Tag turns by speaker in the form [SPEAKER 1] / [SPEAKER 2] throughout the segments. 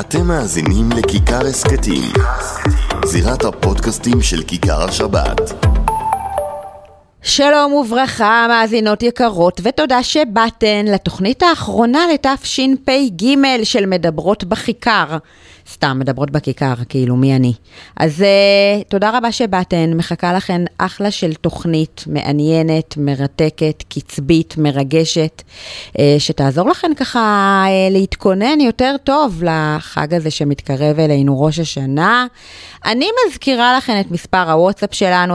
[SPEAKER 1] אתם מאזינים לכיכר הסקטים, זירת הפודקאסטים של כיכר השבת.
[SPEAKER 2] שלום וברכה, מאזינות יקרות, ותודה שבאתן לתוכנית האחרונה לתשפ"ג של מדברות בכיכר. סתם מדברות בכיכר, כאילו מי אני. אז תודה רבה שבאתן, מחכה לכן אחלה של תוכנית מעניינת, מרתקת, קצבית, מרגשת, שתעזור לכן ככה להתכונן יותר טוב לחג הזה שמתקרב אלינו, ראש השנה. אני מזכירה לכן את מספר הוואטסאפ שלנו,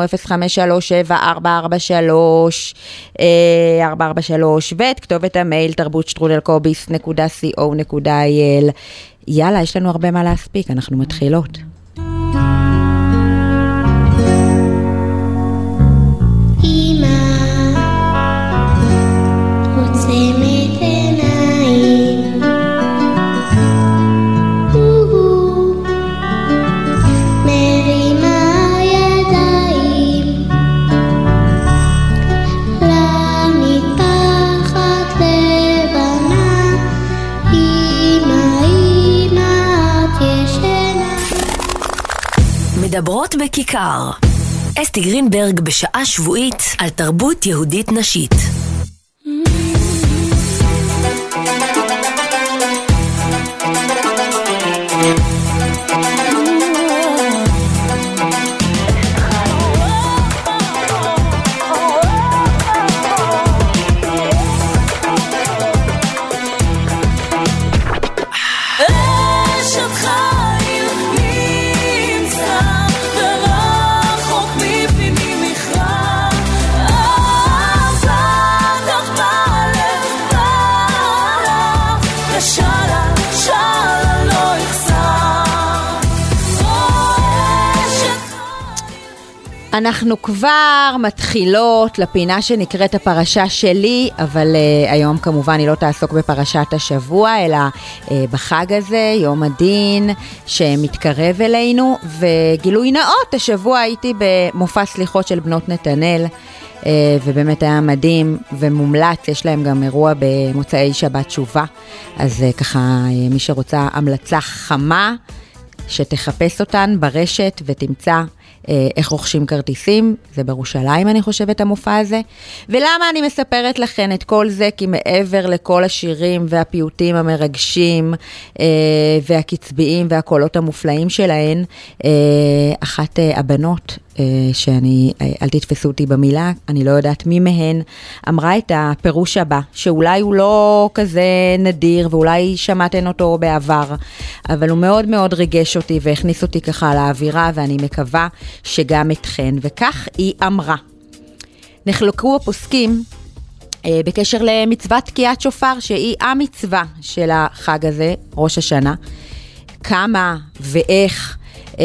[SPEAKER 2] 0537-443, ואת כתובת המייל tarbut@kobice.co.il. יאללה, יש לנו הרבה מה להספיק, אנחנו מתחילות.
[SPEAKER 3] מדברות בכיכר. אסתי גרינברג בשעה שבועית על תרבות יהודית נשית.
[SPEAKER 2] אנחנו כבר מתחילות לפינה שנקראת הפרשה שלי, אבל היום כמובן היא לא תעסוק בפרשת השבוע, אלא בחג הזה, יום הדין, שמתקרב אלינו, וגילוי נאות, השבוע הייתי במופע סליחות של בנות נתנאל, ובאמת היה מדהים ומומלץ, יש להם גם אירוע במוצאי שבת תשובה, אז ככה מי שרוצה המלצה חמה, שתחפש אותן ברשת ותמצא איך רוכשים כרטיסים, זה בירושלים אני חושבת המופע הזה. ולמה אני מספרת לכן את כל זה? כי מעבר לכל השירים והפיוטים המרגשים והקצביים והקולות המופלאים שלהן, אחת הבנות שאני, אל תתפסו אותי במילה, אני לא יודעת מי מהן, אמרה את הפירוש הבא, שאולי הוא לא כזה נדיר, ואולי שמעתן אותו בעבר, אבל הוא מאוד מאוד ריגש אותי, והכניס אותי ככה לאווירה, ואני מקווה שגם אתכן, וכך היא אמרה. נחלקו הפוסקים בקשר למצוות תקיעת שופר, שהיא המצווה של החג הזה, ראש השנה, כמה ואיך,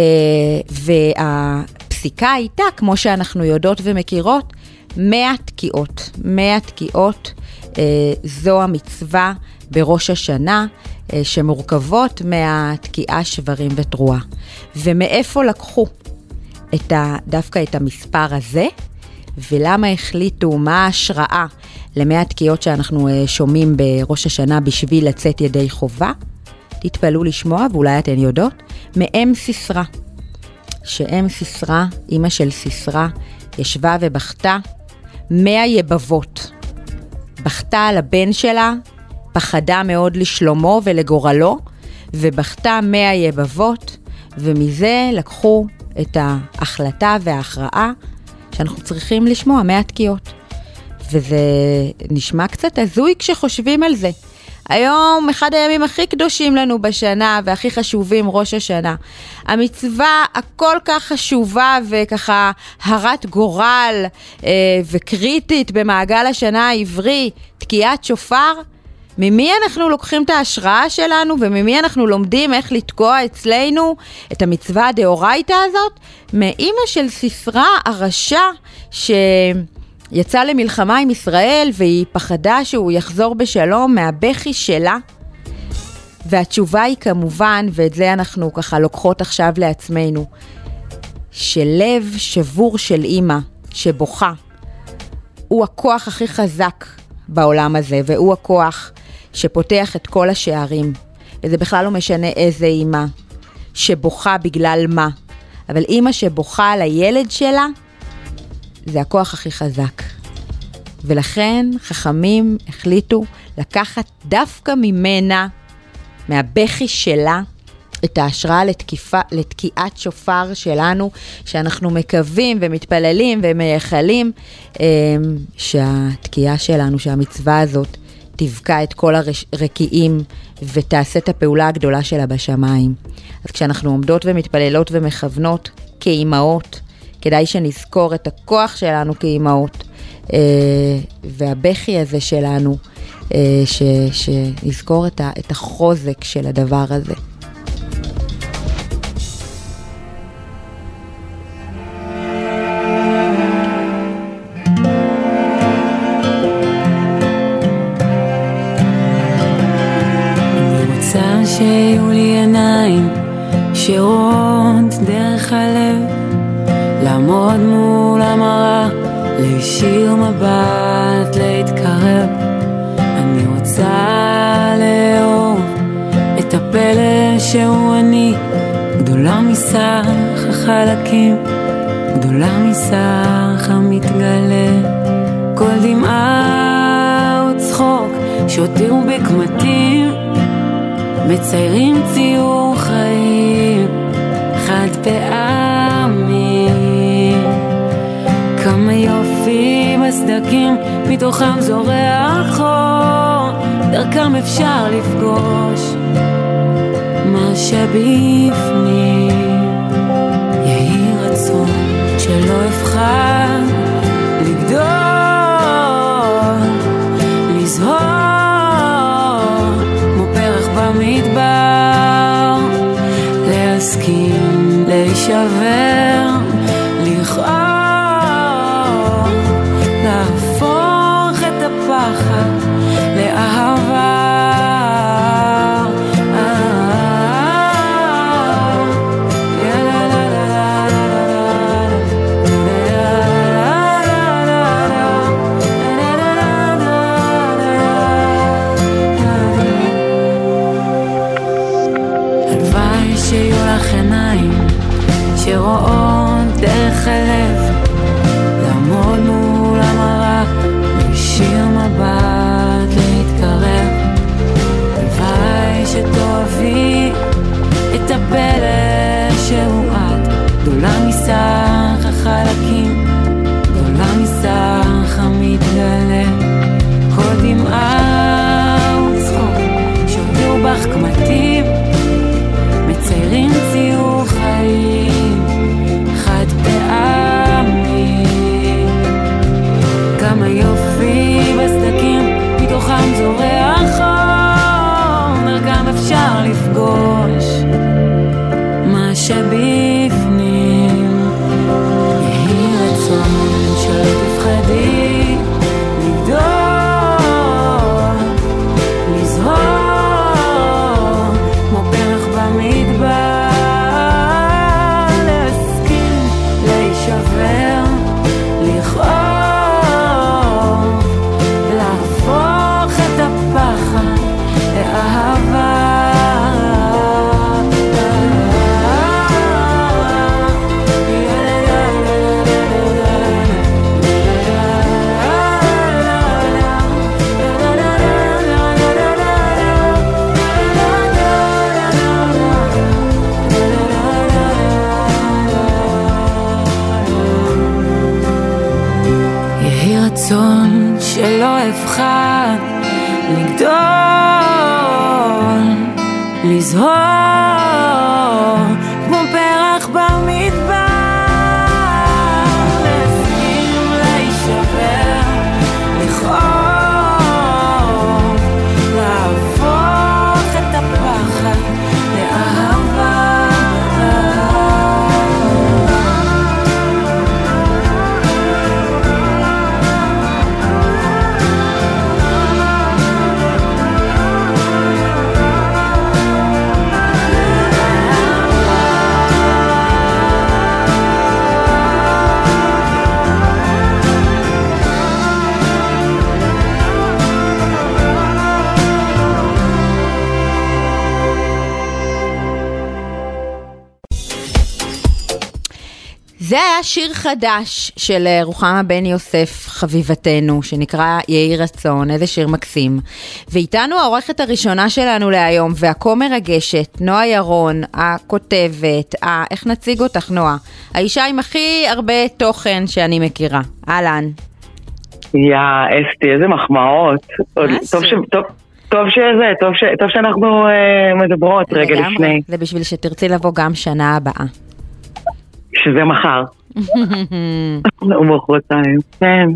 [SPEAKER 2] הפסיקה הייתה, כמו שאנחנו יודעות ומכירות, 100 תקיעות. 100 תקיעות, זו המצווה בראש השנה, שמורכבות מהתקיעה, שברים ותרועה. ומאיפה לקחו דווקא את המספר הזה, ולמה החליטו, מה ההשראה ל100 תקיעות שאנחנו שומעים בראש השנה בשביל לצאת ידי חובה? תתפלאו לשמוע, ואולי אתן יודעות, מאם סיסרא. שאם סיסרא, אמא של סיסרא, ישבה ובכתה 100 יבבות. בכתה על הבן שלה, פחדה מאוד לשלומו ולגורלו, ובכתה 100 יבבות, ומזה לקחו את ההחלטה וההכרעה שאנחנו צריכים לשמוע 100 תקיעות. וזה נשמע קצת הזוי כשחושבים על זה. היום אחד הימים הכי קדושים לנו בשנה והכי חשובים, ראש השנה. המצווה הכל כך חשובה וככה הרת גורל וקריטית במעגל השנה העברי, תקיעת שופר. ממי אנחנו לוקחים את ההשראה שלנו וממי אנחנו לומדים איך לתקוע אצלנו את המצווה הדאורייתא הזאת? מאמא של סיסרא הרשע יצא למלחמה עם ישראל, והיא פחדה שהוא יחזור בשלום מהבכי שלה. והתשובה היא כמובן, ואת זה אנחנו ככה לוקחות עכשיו לעצמנו, שלב שבור של אמא שבוכה, הוא הכוח הכי חזק בעולם הזה, והוא הכוח שפותח את כל השערים. וזה בכלל לא משנה איזה אימא, שבוכה בגלל מה. אבל אימא שבוכה על הילד שלה, זה הכוח הכי חזק. ולכן חכמים החליטו לקחת דווקא ממנה, מהבכי שלה, את ההשראה לתקיעת שופר שלנו, שאנחנו מקווים ומתפללים ומייחלים, שהתקיעה שלנו, שהמצווה הזאת, תבקע את כל הרקיעים, ותעשה את הפעולה הגדולה שלה בשמיים. אז כשאנחנו עומדות ומתפללות ומכוונות כאימהות, כדאי שנזכור את הכוח שלנו כאימהות, והבכי הזה שלנו, שנזכור את החוזק של הדבר הזה.
[SPEAKER 4] שיהיו לי עיניים שרואות דרך הלב, לעמוד מול המראה, להישיר מבט, להתקרב. אני רוצה לאהוב את הפלא שהוא אני, גדולה מסך החלקים, גדולה מסך המתגלה. כל דמעה וצחוק שהותירו בקמטים, מציירים ציור חיים חד פעמי. כמה יופי בסדקים, מתוכם זורח אור, דרכם אפשר לפגוש מה שבפנים. יהי רצון שלא אבחר לגדול, לזהור במדבר, להסכים, להישבר, לכאוב, להפוך את הפחד לאהבה. שרואות דרך הלב, לעמוד מול המראה, להישיר מבט, להתקרב. הלוואי שתאהבי את הפלא שהוא את, גדולה מסך החלקים, גדולה מסך המתגלה. כל דמעה וצחוק שהותירו בך קמטים, מציירים ציור חיים חד פעמי. כמה יופי בסדקים, מתוכם זורח אור, דרכם אפשר לפגוש מה שבפנים. יהי רצון שלא תפחדי לגדול, לזהור כמו פרח במדבר, להסכים, להישבר, לכאוב, להפוך את הפחד לאהבה. רצון שלא אבחר לגדול, לזהור כמו פרח במדבר, להסכים, להישבר, לכאוב, להפוך את הפחד לאהבה.
[SPEAKER 2] זה היה שיר חדש של רוחמה בן יוסף, חביבתנו, שנקרא יהי רצון, איזה שיר מקסים. ואיתנו העורכת הראשונה שלנו להיום, והכה מרגשת, נועה ירון, הכותבת, איך נציג אותך נועה? האישה עם הכי הרבה תוכן שאני מכירה. אהלן.
[SPEAKER 5] אסתי, איזה מחמאות. טוב שאנחנו מדברות רגע לפני.
[SPEAKER 2] זה בשביל שתרצי לבוא גם שנה הבאה.
[SPEAKER 5] שזה מחר. ומחרתיים, כן.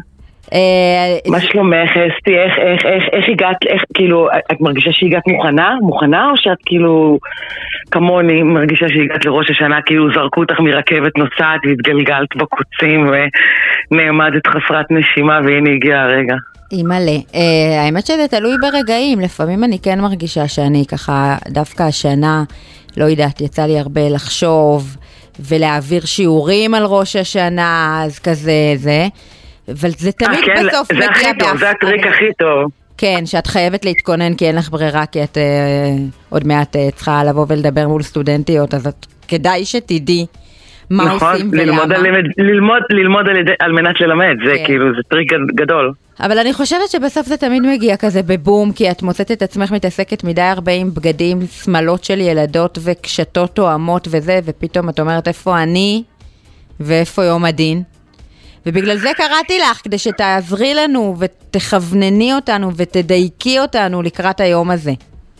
[SPEAKER 5] מה שלומך, אסתי? איך הגעת, כאילו, את מרגישה שהגעת מוכנה, או שאת כאילו, כמוני, מרגישה שהגעת לראש השנה, כאילו זרקו אותך מרכבת נוסעת והתגלגלת בקוצים ונעמדת חסרת נשימה והנה הגיע הרגע.
[SPEAKER 2] מלא. האמת שזה תלוי ברגעים, לפעמים אני כן מרגישה שאני ככה, דווקא השנה, לא יודעת, יצא לי הרבה לחשוב ולהעביר שיעורים על ראש השנה, אז כזה זה, אבל זה תמיד בסוף מגיע
[SPEAKER 5] באף. זה הטריק הכי טוב.
[SPEAKER 2] כן, שאת חייבת להתכונן כי אין לך ברירה, כי את עוד מעט צריכה לבוא ולדבר מול סטודנטיות, אז את כדאי שתדעי מה עושים ולמה.
[SPEAKER 5] ללמוד על מנת ללמד, זה כאילו, זה טריק גדול.
[SPEAKER 2] אבל אני חושבת שבסוף זה תמיד מגיע כזה בבום, כי את מוצאת את עצמך מתעסקת מדי הרבה עם בגדים, שמלות של ילדות וקשתות תואמות וזה, ופתאום את אומרת איפה אני ואיפה יום הדין. ובגלל זה קראתי לך, כדי שתעזרי לנו ותכוונני אותנו ותדייקי אותנו לקראת היום הזה.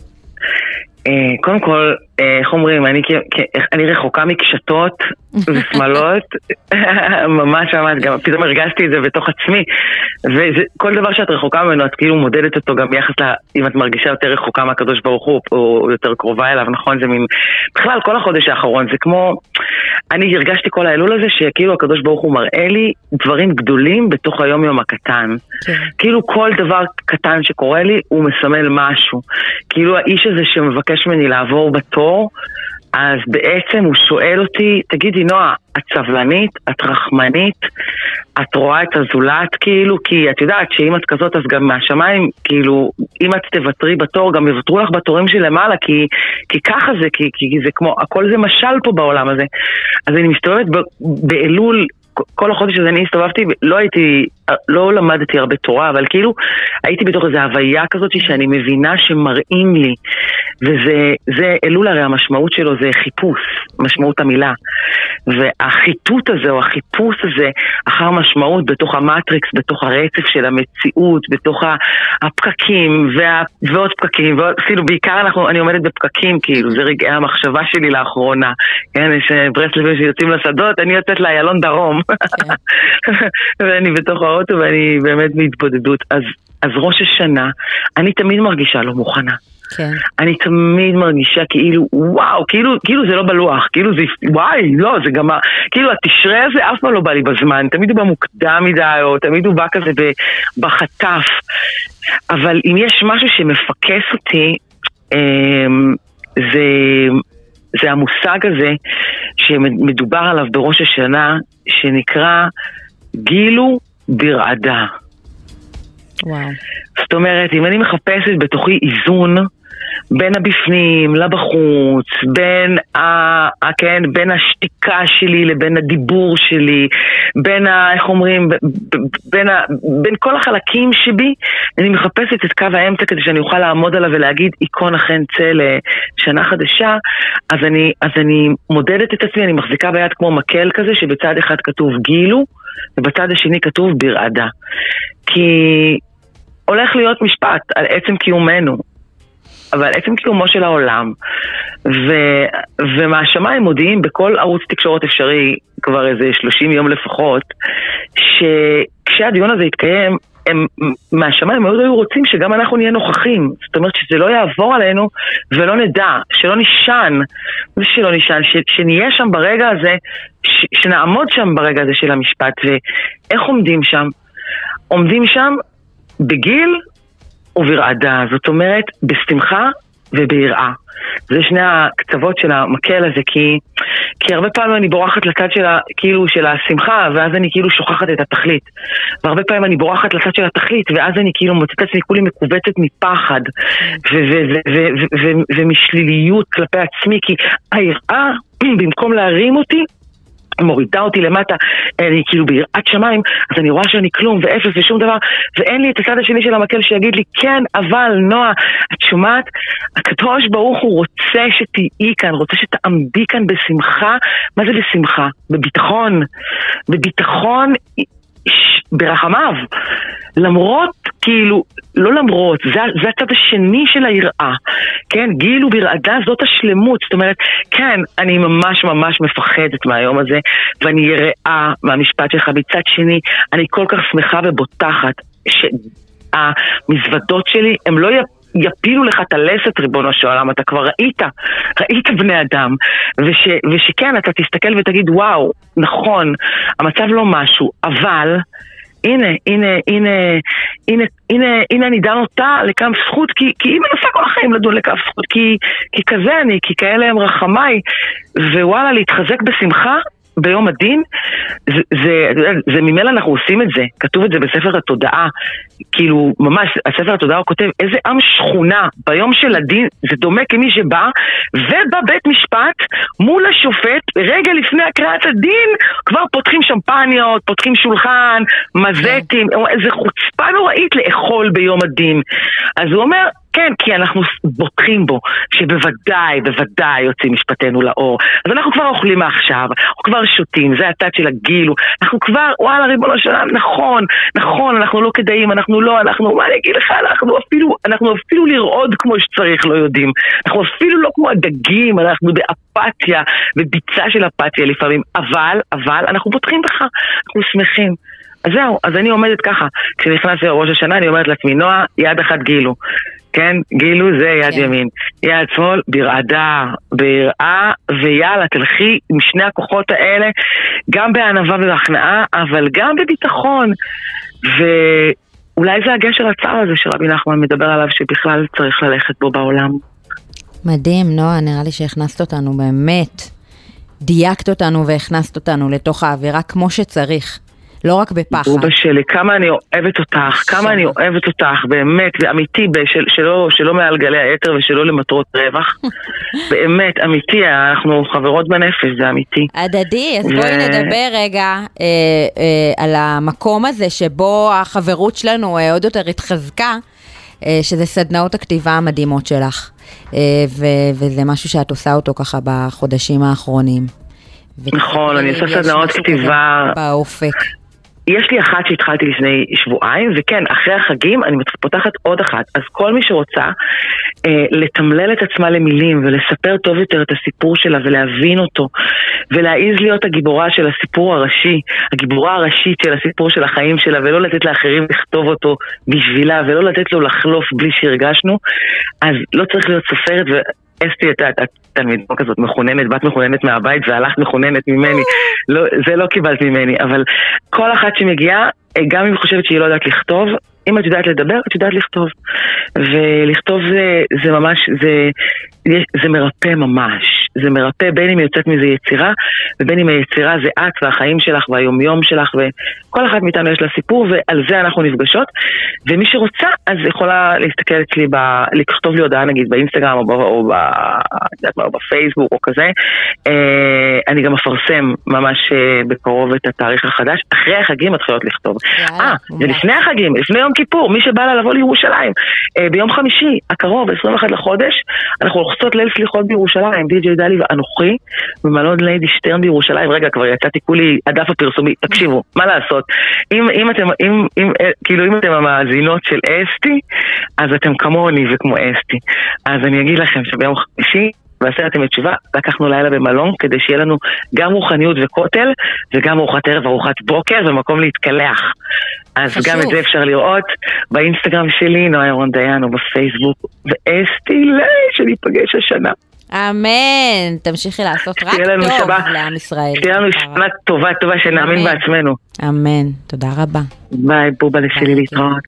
[SPEAKER 5] קודם כל, איך אומרים, אני רחוקה מקשתות ושמלות, ממש גם פתאום הרגשתי את זה בתוך עצמי, וכל דבר שאת רחוקה ממנו, את כאילו מודדת אותו גם ביחס אם את מרגישה יותר רחוקה מהקדוש ברוך הוא, או יותר קרובה אליו, נכון? זה מין, בכלל כל החודש האחרון, זה כמו, אני הרגשתי כל האלול הזה, שכאילו הקדוש ברוך הוא מראה לי דברים גדולים בתוך היום יום הקטן. כאילו כל דבר קטן שקורה לי, הוא מסמל משהו. כאילו האיש הזה שמבקש ממני לעבור בתור, אז בעצם הוא שואל אותי, תגידי נועה, את סבלנית, את רחמנית, את רואה את הזולת כאילו, כי את יודעת שאם את כזאת אז גם מהשמיים, כאילו, אם את תוותרי בתור, גם יוותרו לך בתורים שלמעלה, כי ככה זה, כי זה כמו, הכל זה משל פה בעולם הזה. אז אני מסתובבת באלול, כל החודש הזה אני הסתובבתי, לא למדתי הרבה תורה, אבל כאילו הייתי בתוך איזו הוויה כזאת שאני מבינה שמראים לי, וזה אלול הרי המשמעות שלו זה חיפוש, משמעות המילה, והחיטוט הזה או החיפוש הזה אחר משמעות בתוך המטריקס, בתוך הרצף של המציאות, בתוך הפקקים ועוד פקקים, אפילו בעיקר אני עומדת בפקקים, כאילו זה רגעי המחשבה שלי לאחרונה, כן, יש ברסלבים שיוצאים לשדות, אני יוצאת לאיילון דרום, ואני בתוך האוטו ואני באמת בהתבודדות. אז ראש השנה אני תמיד מרגישה לא מוכנה. אני תמיד מרגישה כאילו וואו, כאילו זה לא בלוח, כאילו זה וואי, לא, זה גם כאילו התשרי הזה אף פעם לא בא לי בזמן, תמיד הוא בא מוקדם מדי או תמיד הוא בא כזה בחטף. אבל אם יש משהו שמפקס אותי, זה המושג הזה שמדובר עליו בראש השנה, שנקרא גילו ברעדה.
[SPEAKER 2] וואו.
[SPEAKER 5] זאת אומרת, אם אני מחפשת בתוכי איזון בין הבפנים לבחוץ, בין השתיקה שלי לבין הדיבור שלי, איך אומרים, בין כל החלקים שבי, אני מחפשת את קו האמצע כדי שאני אוכל לעמוד עליו ולהגיד, איקון אכן צא לשנה חדשה, אז אני מודדת את עצמי, אני מחזיקה ביד כמו מקל כזה, שבצד אחד כתוב גילו, ובצד השני כתוב ברעדה. כי הולך להיות משפט על עצם קיומנו, אבל עצם קיומו של העולם, ומהשמיים מודיעים בכל ערוץ תקשורת אפשרי, כבר איזה 30 יום לפחות, שכשהדיון הזה יתקיים, מהשמיים מאוד היו רוצים שגם אנחנו נהיה נוכחים, זאת אומרת שזה לא יעבור עלינו ולא נדע, שלא נשען, שנהיה שם ברגע הזה, שנעמוד שם ברגע הזה של המשפט. ואיך עומדים שם? עומדים שם בגיל וברעדה, זאת אומרת בשמחה וביראה. זה שני הקצוות של המקל הזה, כי הרבה פעמים אני בורחת לצד של השמחה, ואז אני כאילו שוכחת את התכלית. והרבה פעמים אני בורחת לצד של התכלית, ואז אני כאילו מוצאת עצמי כולי מקובצת מפחד, ומשליליות כלפי עצמי, כי היראה, במקום להרים אותי, מורידה אותי למטה, אני כאילו ביראת שמיים, אז אני רואה שאני כלום ואפס ושום דבר, ואין לי את הצד השני של המקל שיגיד לי, כן, אבל נועה, את שומעת, הקדוש ברוך הוא רוצה שתהיי כאן, רוצה שתעמדי כאן בשמחה. מה זה בשמחה? בביטחון. בביטחון ברחמיו. למרות, כאילו, לא למרות, זה הצד השני של היראה. כן, גיל וברעדה זאת השלמות. זאת אומרת, כן, אני ממש ממש מפחדת מהיום הזה, ואני יראה מהמשפט שלך. מצד שני, אני כל כך שמחה ובוטחת שהמזוודות שלי, הם לא יפילו לך את הלסת, ריבונו של עולם, אתה כבר ראית בני אדם, ושכן, אתה תסתכל ותגיד, וואו, נכון, המצב לא משהו, אבל הנה אני דן אותה לכף זכות, כי היא מנסה כל החיים לדון לכף זכות, כי כזה אני, כי כאלה הם רחמיי, ווואלה, להתחזק בשמחה ביום הדין, זה ממילא אנחנו עושים את זה, כתוב את זה בספר התודעה, כאילו ממש, הספר התודעה הוא כותב, איזה עם שכונה ביום של הדין, זה דומה כמי שבא, ובבית משפט מול השופט, רגע לפני הקראת הדין, כבר פותחים שמפניות, פותחים שולחן, מזטים, איזה חוצפה נוראית לאכול ביום הדין. אז הוא אומר, כן, כי אנחנו בוטחים בו, שבוודאי יוצאים משפטנו לאור. אז אנחנו כבר אוכלים מעכשיו, אנחנו כבר שותים, זה הצד של הגילו. אנחנו כבר, וואלה, ריבונו של עולם, נכון, אנחנו לא כדאים, מה אני אגיד לך, אנחנו אפילו לרעוד כמו שצריך לא יודעים. אנחנו אפילו לא כמו הדגים, אנחנו באפתיה, בביצה של אפתיה לפעמים. אבל אנחנו בוטחים בך, אנחנו שמחים. אז זהו, אז אני עומדת ככה, כשנכנס לראש השנה, אני אומרת לעצמי, נועה, יד אחת גילו. כן, גילו זה יד ימין. יד שמאל, ברעדה, ביראה, ויאללה, תלכי עם שני הכוחות האלה, גם בענווה ובהכנעה, אבל גם בביטחון. ואולי זה הגשר הצער הזה שרבי נחמן מדבר עליו, שבכלל צריך ללכת בו בעולם. מדהים,
[SPEAKER 2] נועה, נראה לי שהכנסת אותנו באמת, דייקת אותנו והכנסת אותנו לתוך האווירה כמו שצריך. לא רק בפחד.
[SPEAKER 5] רובה שלי, כמה אני אוהבת אותך, באמת, זה אמיתי, שלא מעל גלי היתר ושלא למטרות רווח. באמת, אמיתי, אנחנו חברות בנפש, זה אמיתי.
[SPEAKER 2] הדדי, אז בואי נדבר רגע על המקום הזה שבו החברות שלנו עוד יותר התחזקה, שזה סדנאות הכתיבה המדהימות שלך, וזה משהו שאת עושה אותו ככה בחודשים האחרונים.
[SPEAKER 5] נכון, אני עושה סדנאות כתיבה
[SPEAKER 2] באופק.
[SPEAKER 5] יש לי אחת שהתחלתי לפני שבועיים, וכן, אחרי החגים אני פותחת עוד אחת. אז כל מי שרוצה לתמלל את עצמה למילים ולספר טוב יותר את הסיפור שלה ולהבין אותו, ולהעיז להיות הגיבורה של הסיפור הראשי, הגיבורה הראשית של הסיפור של החיים שלה, ולא לתת לאחרים לכתוב אותו בשבילה, ולא לתת לו לחלוף בלי שהרגשנו, אז לא צריך להיות סופרת אסתי את התלמידה כזאת מחוננת, בת מחוננת מהבית, והלכת מחוננת ממני. זה לא קיבלת ממני, אבל כל אחת שמגיעה, גם אם חושבת שהיא לא יודעת לכתוב, אם את יודעת לדבר, את יודעת לכתוב. ולכתוב זה ממש, זה מרפא ממש. זה מרפא בין אם יוצאת מזה יצירה, ובין אם היצירה זה את והחיים שלך והיומיום שלך, וכל אחת מאיתנו יש לה סיפור, ועל זה אנחנו נפגשות. ומי שרוצה, אז יכולה להסתכל אצלי, לכתוב לי הודעה נגיד באינסטגרם, או בפייסבוק או כזה. אני גם אפרסם ממש בקרוב את התאריך החדש. אחרי החגים מתחילות לכתוב. ולפני החגים, לפני יום כיפור, מי שבא לה לבוא לירושלים, ביום חמישי הקרוב, 21 לחודש, אנחנו הולכות ליל סליחות בירושלים, די.ג'יי דלי ואנוכי, במלון ליידי שטרן בירושלים. רגע, כבר יצאתי כולי הדף הפרסומי, תקשיבו, מה לעשות? אם אתם המאזינות של אסתי, אז אתם כמוני וכמו אסתי. אז אני אגיד לכם שביום חמישי, בעשרת ימי תשובה, לקחנו לילה במלון, כדי שיהיה לנו גם רוחניות וכותל, וגם ארוחת ערב, ארוחת בוקר, ומקום להתקלח. אז חשוב. גם את זה אפשר לראות באינסטגרם שלי, נועה ירון דיין, או בפייסבוק, ואסתי שניפגש השנה.
[SPEAKER 2] אמן, תמשיכי לעשות רק טוב לעם ישראל.
[SPEAKER 5] תהיה לנו שנה טובה, שנאמין בעצמנו.
[SPEAKER 2] אמן, תודה רבה.
[SPEAKER 5] ביי, בובה לסילי להתראות.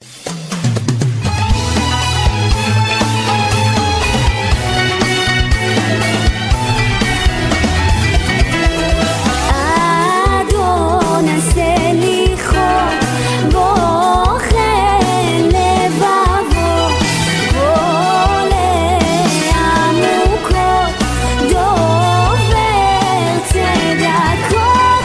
[SPEAKER 6] עמוקות דובר צדקות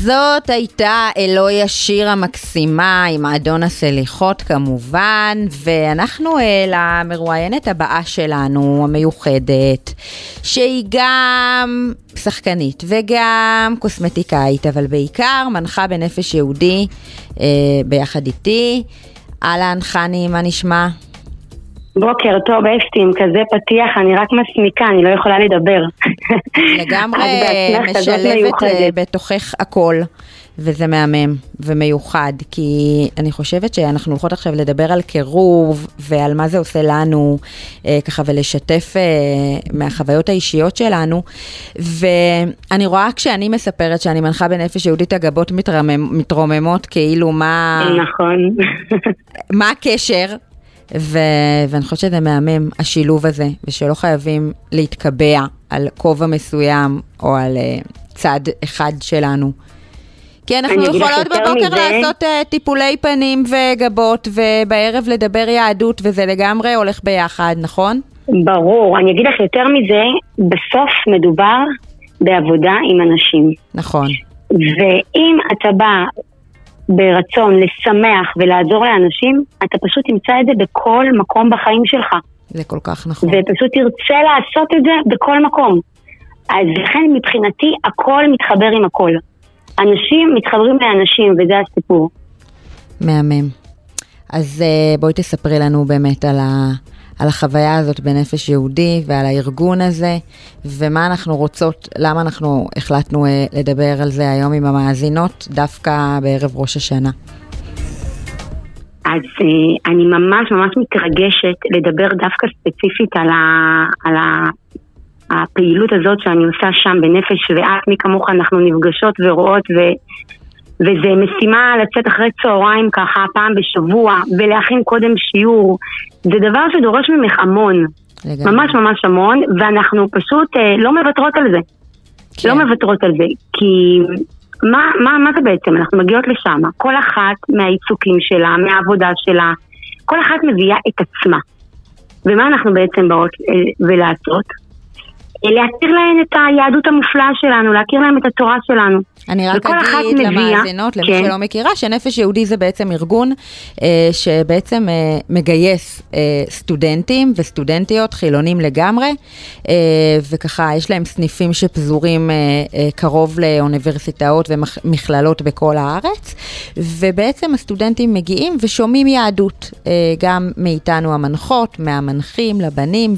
[SPEAKER 2] זאת הייתה אלוהי השיר המקסימה עם אדון הסליחות כמובן, ואנחנו למרואיינת הבאה שלנו המיוחדת, שהיא גם שחקנית וגם קוסמטיקאית, אבל בעיקר מנחה בנפש יהודי ביחד איתי. אהלן חני, מה נשמע?
[SPEAKER 6] בוקר טוב אסתי, עם כזה פתיח, אני רק מסמיקה, אני לא יכולה לדבר.
[SPEAKER 2] לגמרי משלבת בתוכך הכל, וזה מהמם ומיוחד, כי אני חושבת שאנחנו הולכות עכשיו לדבר על קירוב, ועל מה זה עושה לנו, ככה ולשתף מהחוויות האישיות שלנו, ואני רואה כשאני מספרת שאני מנחה בנפש יהודית, הגבות מתרוממות, כאילו מה...
[SPEAKER 6] נכון.
[SPEAKER 2] מה הקשר? ואני חושבת שזה מהמם, השילוב הזה, ושלא חייבים להתקבע על כובע מסוים, או על צד אחד שלנו. כי אנחנו יכולות בבוקר לעשות טיפולי פנים וגבות, ובערב לדבר יהדות, וזה לגמרי הולך ביחד, נכון?
[SPEAKER 6] ברור, אני אגיד לך יותר מזה, בסוף מדובר בעבודה עם אנשים.
[SPEAKER 2] נכון.
[SPEAKER 6] ואם אתה בא ברצון לשמח ולעזור לאנשים, אתה פשוט תמצא את זה בכל מקום בחיים שלך.
[SPEAKER 2] זה כל כך נכון.
[SPEAKER 6] ופשוט תרצה לעשות את זה בכל מקום. אז לכן מבחינתי הכל מתחבר עם הכל. אנשים מתחברים לאנשים, וזה הסיפור.
[SPEAKER 2] מהמם. אז בואי תספרי לנו באמת על החוויה הזאת בנפש יהודי ועל הארגון הזה, ומה אנחנו רוצות, למה אנחנו החלטנו לדבר על זה היום עם המאזינות, דווקא בערב ראש השנה.
[SPEAKER 6] אז אני ממש ממש מתרגשת לדבר דווקא ספציפית על הפעילות הזאת שאני עושה שם בנפש, ואת מי כמוך אנחנו נפגשות ורואות, וזה משימה לצאת אחרי צהריים ככה פעם בשבוע, ולהכין קודם שיעור. זה דבר שדורש ממך המון, ממש ממש המון, ואנחנו פשוט לא מוותרות על זה. כן. לא מוותרות על זה, כי מה זה בעצם? אנחנו מגיעות לשם, כל אחת מהעיסוקים שלה, מהעבודה שלה, כל אחת מביאה את עצמה. ומה אנחנו בעצם באות ולעשות? להכיר להן את היהדות המופלאה שלנו, להכיר להן את התורה שלנו.
[SPEAKER 2] אני רק אגיד למאזינות, למי שלא מכירה, שנפש יהודי זה בעצם ארגון שבעצם מגייס סטודנטים וסטודנטיות חילונים לגמרי, וככה יש להם סניפים שפזורים קרוב לאוניברסיטאות ומכללות בכל הארץ, ובעצם הסטודנטים מגיעים ושומעים יהדות, גם מאיתנו המנחות, מהמנחים לבנים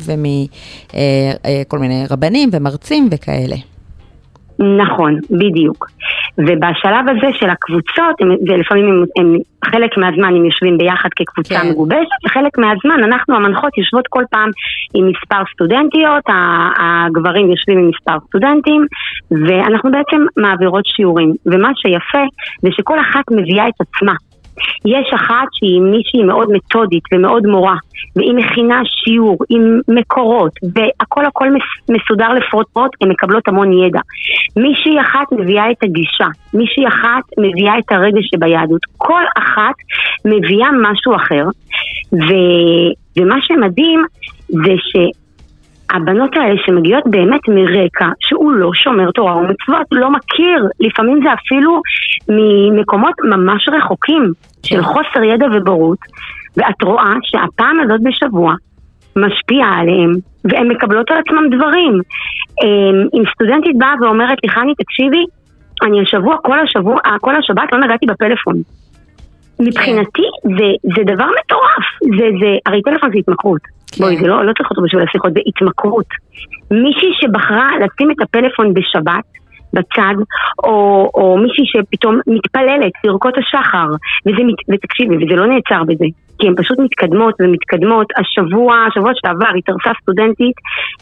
[SPEAKER 2] ומכל מיני רבנים ומרצים וכאלה.
[SPEAKER 6] נכון, בדיוק. ובשלב הזה של הקבוצות, ולפעמים הם חלק מהזמן הם יושבים ביחד כקבוצה כן. מגובשת, וחלק מהזמן אנחנו המנחות יושבות כל פעם עם מספר סטודנטיות, הגברים יושבים עם מספר סטודנטים, ואנחנו בעצם מעבירות שיעורים. ומה שיפה זה שכל אחת מביאה את עצמה. יש אחת שהיא מישהי מאוד מתודית ומאוד מורה, והיא מכינה שיעור עם מקורות, והכל הכל מסודר לפרוטות, הן מקבלות המון ידע. מישהי אחת מביאה את הגישה, מישהי אחת מביאה את הרגש שביהדות, כל אחת מביאה משהו אחר, ומה שמדהים זה הבנות האלה שמגיעות באמת מרקע שהוא לא שומר תורה ומצוות, לא מכיר, לפעמים זה אפילו ממקומות ממש רחוקים של חוסר ידע ובורות, ואת רואה שהפעם הזאת בשבוע משפיעה עליהם, והן מקבלות על עצמם דברים. אם סטודנטית באה ואומרת לי, חני תקשיבי, אני השבוע, כל השבת לא נגעתי בפלאפון. מבחינתי זה דבר מטורף, הרי טלפון זה התמכרות. בואי, זה לא צריך אותו בשביל השיחות, זה התמכרות. מישהי שבחרה לשים את הפלאפון בשבת, בצד, או מישהי שפתאום מתפללת, לרקות השחר, ותקשיבי, וזה לא נעצר בזה, כי הן פשוט מתקדמות ומתקדמות. השבוע שעבר התארסה סטודנטית,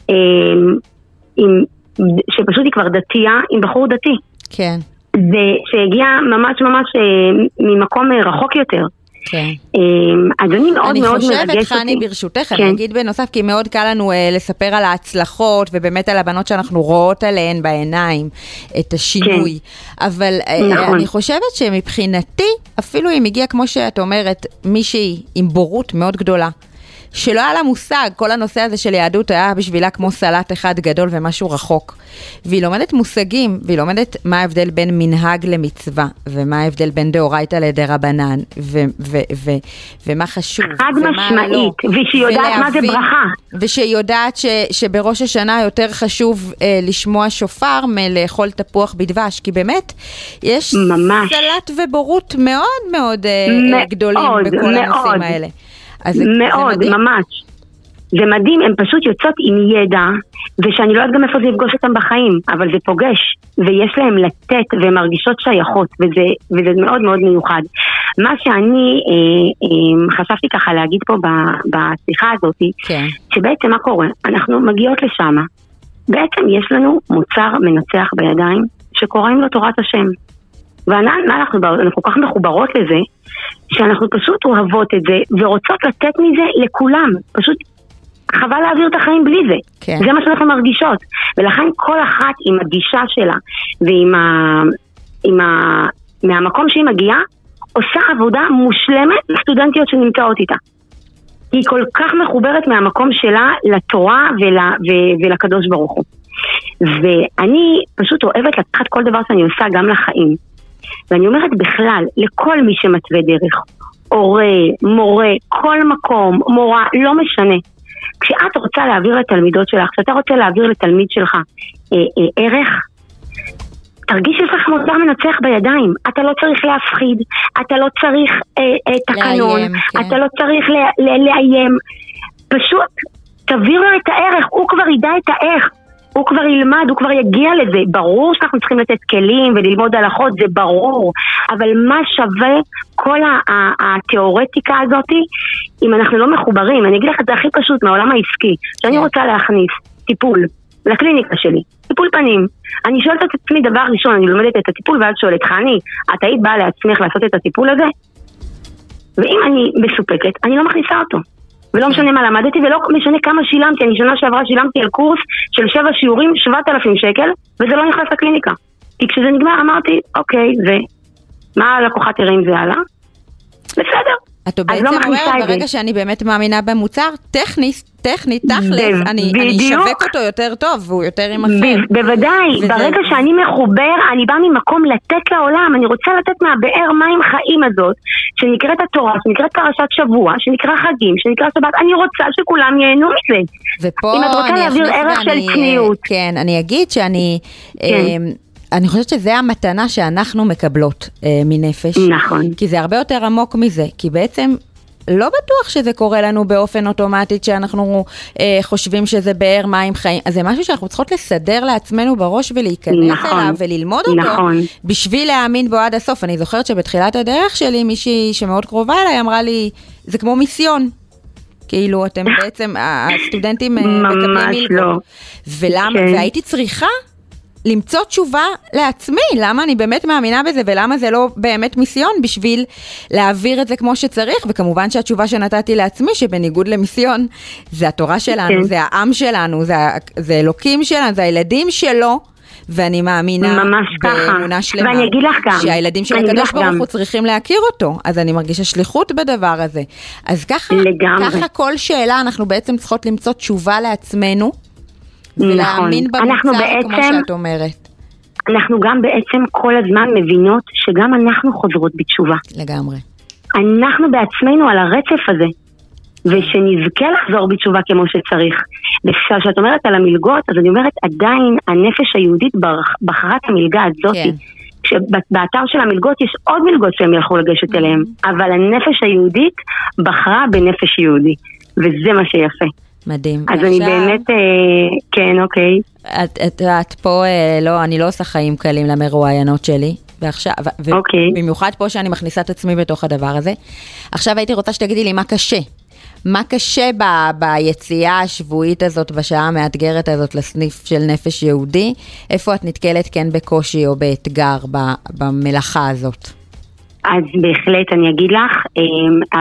[SPEAKER 6] שפשוט היא כבר דתייה, עם בחור דתי.
[SPEAKER 2] כן.
[SPEAKER 6] זה שהגיע ממש ממקום רחוק יותר.
[SPEAKER 2] כן.
[SPEAKER 6] אז אני מאוד מאוד מרגשת.
[SPEAKER 2] אני חושבת, חני, ברשותך, אני אגיד בנוסף, כי מאוד קל לנו לספר על ההצלחות, ובאמת על הבנות שאנחנו רואות עליהן בעיניים, את השינוי. אבל אני חושבת שמבחינתי, אפילו אם הגיע, כמו שאת אומרת, מישהי עם בורות מאוד גדולה, שלא היה לה מושג, כל הנושא הזה של יהדות היה בשבילה כמו סלט אחד גדול ומשהו רחוק. והיא לומדת מושגים, והיא לומדת מה ההבדל בין מנהג למצווה, ומה ההבדל בין דאורייתא לדרבנן, ומה חשוב,
[SPEAKER 6] חד משמעית, ושהיא יודעת מה זה ברכה.
[SPEAKER 2] ושהיא יודעת שבראש השנה יותר חשוב לשמוע שופר מלאכול תפוח בדבש, כי באמת יש
[SPEAKER 6] ממש.
[SPEAKER 2] סלט ובורות מאוד מאוד גדולים בכל הנושאים האלה.
[SPEAKER 6] מאוד, ממש. זה מדהים, הן פשוט יוצאות עם ידע, ושאני לא יודעת גם איפה זה יפגוש אותם בחיים, אבל זה פוגש, ויש להם לתת, והן מרגישות שייכות, וזה מאוד מאוד מיוחד. מה שאני חשבתי ככה להגיד פה בשיחה הזאת,
[SPEAKER 2] כן.
[SPEAKER 6] שבעצם מה קורה? אנחנו מגיעות לשם, בעצם יש לנו מוצר מנצח בידיים, שקוראים לו תורת השם. ואנחנו כל כך מחוברות לזה, שאנחנו פשוט אוהבות את זה, ורוצות לתת מזה לכולם, פשוט חבל להעביר את החיים בלי זה.
[SPEAKER 2] כן.
[SPEAKER 6] זה מה שאנחנו מרגישות. ולכן כל אחת עם הגישה שלה, מהמקום שהיא מגיעה, עושה עבודה מושלמת לסטודנטיות שנמצאות איתה. היא כל כך מחוברת מהמקום שלה לתורה ולקדוש ברוך הוא. ואני פשוט אוהבת לקחת כל דבר שאני עושה גם לחיים. ואני אומרת בכלל, לכל מי שמתווה דרך, הורה, מורה, כל מקום, מורה, לא משנה. כשאת רוצה להעביר לתלמידות שלך, כשאתה רוצה להעביר לתלמיד שלך ערך, תרגיש שיש לך מוצר מנצח בידיים. אתה לא צריך להפחיד, אתה לא צריך תקנון, אתה לא צריך לאיים. פשוט תביא לו את הערך, הוא כבר ידע את הערך. הוא כבר ילמד, הוא כבר יגיע לזה. ברור שאנחנו צריכים לתת כלים וללמוד הלכות, זה ברור. אבל מה שווה כל התיאורטיקה הזאת, אם אנחנו לא מחוברים? אני אגיד לך את זה הכי פשוט מהעולם העסקי. שאני רוצה להכניס טיפול לקליניקה שלי, טיפול פנים. אני שואלת את עצמי דבר ראשון, אני לומדת את הטיפול, ואז שואלת, חני, את היית באה לעצמך לעשות את הטיפול הזה? ואם אני מסופקת, אני לא מכניסה אותו. ולא משנה מה למדתי, ולא משנה כמה שילמתי. אני שנה שעברה שילמתי על קורס של 7 שיעורים, 7,000 שקל, וזה לא נכנס לקליניקה. כי כשזה נגמר אמרתי, אוקיי, מה הלקוחה תראה אם זה הלאה? בסדר.
[SPEAKER 2] את בעצם אומרת, ברגע שאני באמת מאמינה במוצר, טכנית, תכלס, אני אשווק אותו יותר טוב, והוא יותר עם אחר.
[SPEAKER 6] בוודאי, ברגע שאני מחובר, אני באה ממקום לתת לעולם, אני רוצה לתת מהבאר מים חיים הזאת, שנקראת התורה, שנקראת פרשת שבוע, שנקרא חגים, שנקרא שבת, אני רוצה שכולם ייהנו מזה.
[SPEAKER 2] ופה
[SPEAKER 6] אם את רוצה להעביר ערך של צניעות.
[SPEAKER 2] כן, אני אגיד שאני... אני חושבת שזה המתנה שאנחנו מקבלות מנפש.
[SPEAKER 6] נכון.
[SPEAKER 2] כי זה הרבה יותר עמוק מזה, כי בעצם לא בטוח שזה קורה לנו באופן אוטומטית, שאנחנו חושבים שזה באר מים חיים. אז זה משהו שאנחנו צריכות לסדר לעצמנו בראש ולהיכנס אליו וללמוד אותו, בשביל להאמין בו עד הסוף. אני זוכרת שבתחילת הדרך שלי, מישהי שמאוד קרובה אליי אמרה לי, זה כמו מיסיון. כאילו אתם בעצם, הסטודנטים מקבלים מלגות. והייתי צריכה למצוא תשובה לעצמי, למה אני באמת מאמינה בזה, ולמה זה לא באמת מיסיון, בשביל להעביר את זה כמו שצריך, וכמובן שהתשובה שנתתי לעצמי, שבניגוד למיסיון, זה התורה שלנו, זה העם שלנו, זה אלוקים שלנו, זה הילדים שלו, ואני מאמינה באמונה שלמה,
[SPEAKER 6] ואני אגיד לך גם,
[SPEAKER 2] שהילדים של הקדוש ברוך הוא צריכים להכיר אותו, אז אני מרגישה שליחות בדבר הזה. אז ככה כל שאלה, אנחנו בעצם צריכות למצוא תשובה לעצמנו, ולהאמין במוצר כמו שאת אומרת.
[SPEAKER 6] אנחנו גם בעצם כל הזמן מבינות שגם אנחנו חוזרות בתשובה.
[SPEAKER 2] לגמרי.
[SPEAKER 6] אנחנו בעצמנו על הרצף הזה, ושנזכה לחזור בתשובה כמו שצריך. וכשאת אומרת על המלגות, אז אני אומרת עדיין הנפש היהודית בחרה את המלגה הזאת. כן. כשבאתר של המלגות יש עוד מלגות שהם ילכו לגשת אליהם, אבל הנפש היהודית בחרה בנפש יהודי, וזה מה שיפה.
[SPEAKER 2] מדהים.
[SPEAKER 6] אז אני באמת, כן, אוקיי.
[SPEAKER 2] את פה, לא, אני לא עושה חיים קלים למרואיינות שלי, ועכשיו, ובמיוחד פה שאני מכניסה את עצמי בתוך הדבר הזה. עכשיו הייתי רוצה שתגידי לי מה קשה. מה קשה ביציאה השבועית הזאת, בשעה המאתגרת הזאת לסניף של נפש יהודי? איפה את נתקלת כן בקושי או באתגר במלאכה הזאת?
[SPEAKER 6] אז בהחלט אני אגיד לך,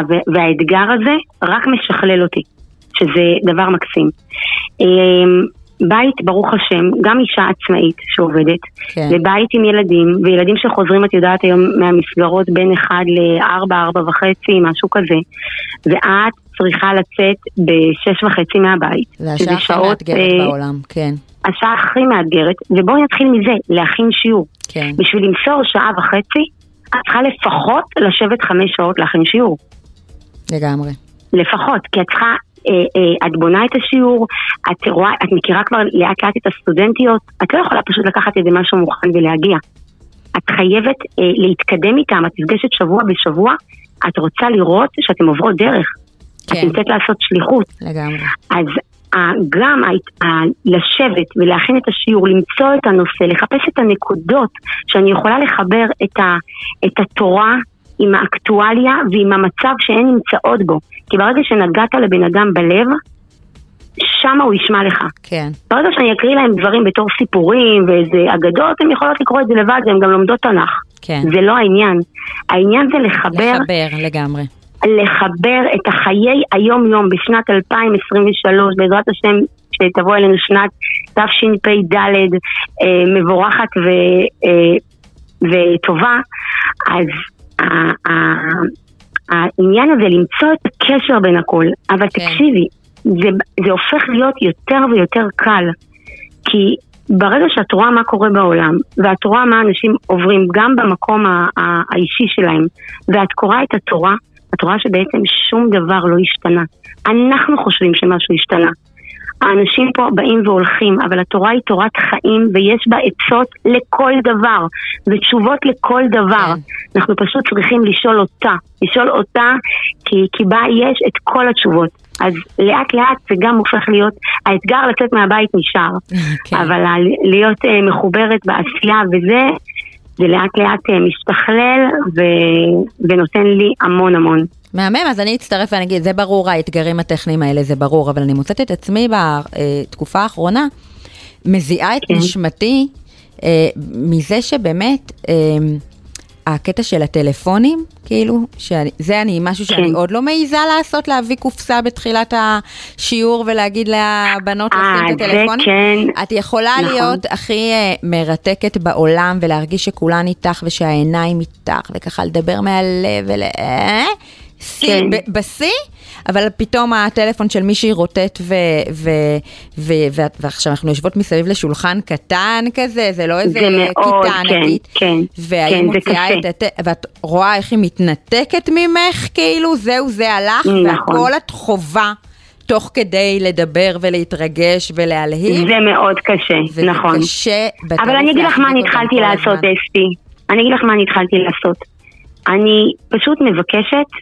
[SPEAKER 6] והאתגר הזה רק משכלל אותי. שזה דבר מקסים. בית, ברוך השם, גם אישה עצמאית שעובדת,
[SPEAKER 2] כן.
[SPEAKER 6] ובית עם ילדים, וילדים שחוזרים, את יודעת היום מהמסגרות בין 1 ל-4, 4.5, משהו כזה, ואת צריכה לצאת ב-6.5 מהבית.
[SPEAKER 2] זה השעה הכי מאתגרת בעולם, כן.
[SPEAKER 6] השעה הכי מאתגרת, ובואי נתחיל מזה, להכין שיעור.
[SPEAKER 2] כן.
[SPEAKER 6] בשביל למסור 1.5 שעות, את צריכה לפחות לשבת 5 שעות להכין שיעור.
[SPEAKER 2] לגמרי.
[SPEAKER 6] לפחות, כי את צריכה, את בונה את השיעור, את רואה, את מכירה כבר לאט לאט את הסטודנטיות, את לא יכולה פשוט לקחת את זה משהו מוכן ולהגיע. את חייבת להתקדם איתם, את נפגשת שבוע בשבוע, את רוצה לראות שאתם עוברות דרך.
[SPEAKER 2] כן.
[SPEAKER 6] את נמצאת לעשות שליחות.
[SPEAKER 2] לגמרי.
[SPEAKER 6] אז גם לשבת ולהכין את השיעור, למצוא את הנושא, לחפש את הנקודות שאני יכולה לחבר את התורה עם האקטואליה ועם המצב שהן נמצאות בו. כי ברגע שנגעת לבן אדם בלב, שם הוא ישמע לך.
[SPEAKER 2] כן.
[SPEAKER 6] ברגע שאני אקריא להם דברים בתור סיפורים ואיזה אגדות, הן יכולות לקרוא את זה לבד, והן גם לומדות תנ"ך.
[SPEAKER 2] כן.
[SPEAKER 6] זה לא העניין. העניין זה לחבר
[SPEAKER 2] לגמרי.
[SPEAKER 6] לחבר את החיי היום-יום בשנת 2023, בעזרת השם שתבוא אלינו שנת תשפ"ד, מבורכת וטובה. אז העניין הזה למצוא את הקשר בין הכל, אבל תקשיבי, זה הופך להיות יותר ויותר קל, כי ברגע שאת רואה מה קורה בעולם, ואת רואה מה אנשים עוברים גם במקום האישי שלהם, ואת קוראה את התורה, את רואה שבעצם שום דבר לא השתנה. אנחנו חושבים שמשהו השתנה. האנשים פה באים והולכים, אבל התורה היא תורת חיים, ויש בה עצות לכל דבר, ותשובות לכל דבר. אנחנו פשוט צריכים לשאול אותה, כי בה יש את כל התשובות. אז לאט לאט זה גם הופך להיות, האתגר לצאת מהבית נשאר, אבל להיות מחוברת בעשייה וזה, זה לאט לאט משתכלל ונותן לי המון המון.
[SPEAKER 2] מהמם, אז אני אצטרף ואני אגיד, זה ברור, האתגרים הטכניים האלה זה ברור, אבל אני מוצאת את עצמי בתקופה האחרונה, מזיעה את נשמתי מזה שבאמת הקטע של הטלפונים, כאילו, זה אני משהו שאני עוד לא מעיזה לעשות, להביא קופסה בתחילת השיעור ולהגיד לבנות לשים את הטלפונים. את יכולה להיות הכי מרתקת בעולם ולהרגיש שכולן איתך ושהעיניים איתך וככה לדבר מהלב בסי, אבל פתאום הטלפון של מישהי רוטט ועכשיו אנחנו יושבות מסביב לשולחן קטן כזה, זה לא איזה כיתה ענקית, והיא מוציאה ואת רואה איך היא מתנתקת ממך, כאילו זה הלך, והכל את חובה תוך כדי לדבר ולהתרגש ולהלהיב.
[SPEAKER 6] זה מאוד קשה, נכון.
[SPEAKER 2] וזה קשה.
[SPEAKER 6] אבל אני אגיד לך מה אני התחלתי לעשות, אסתי. אני אגיד לך מה אני התחלתי לעשות. אני פשוט מבקשת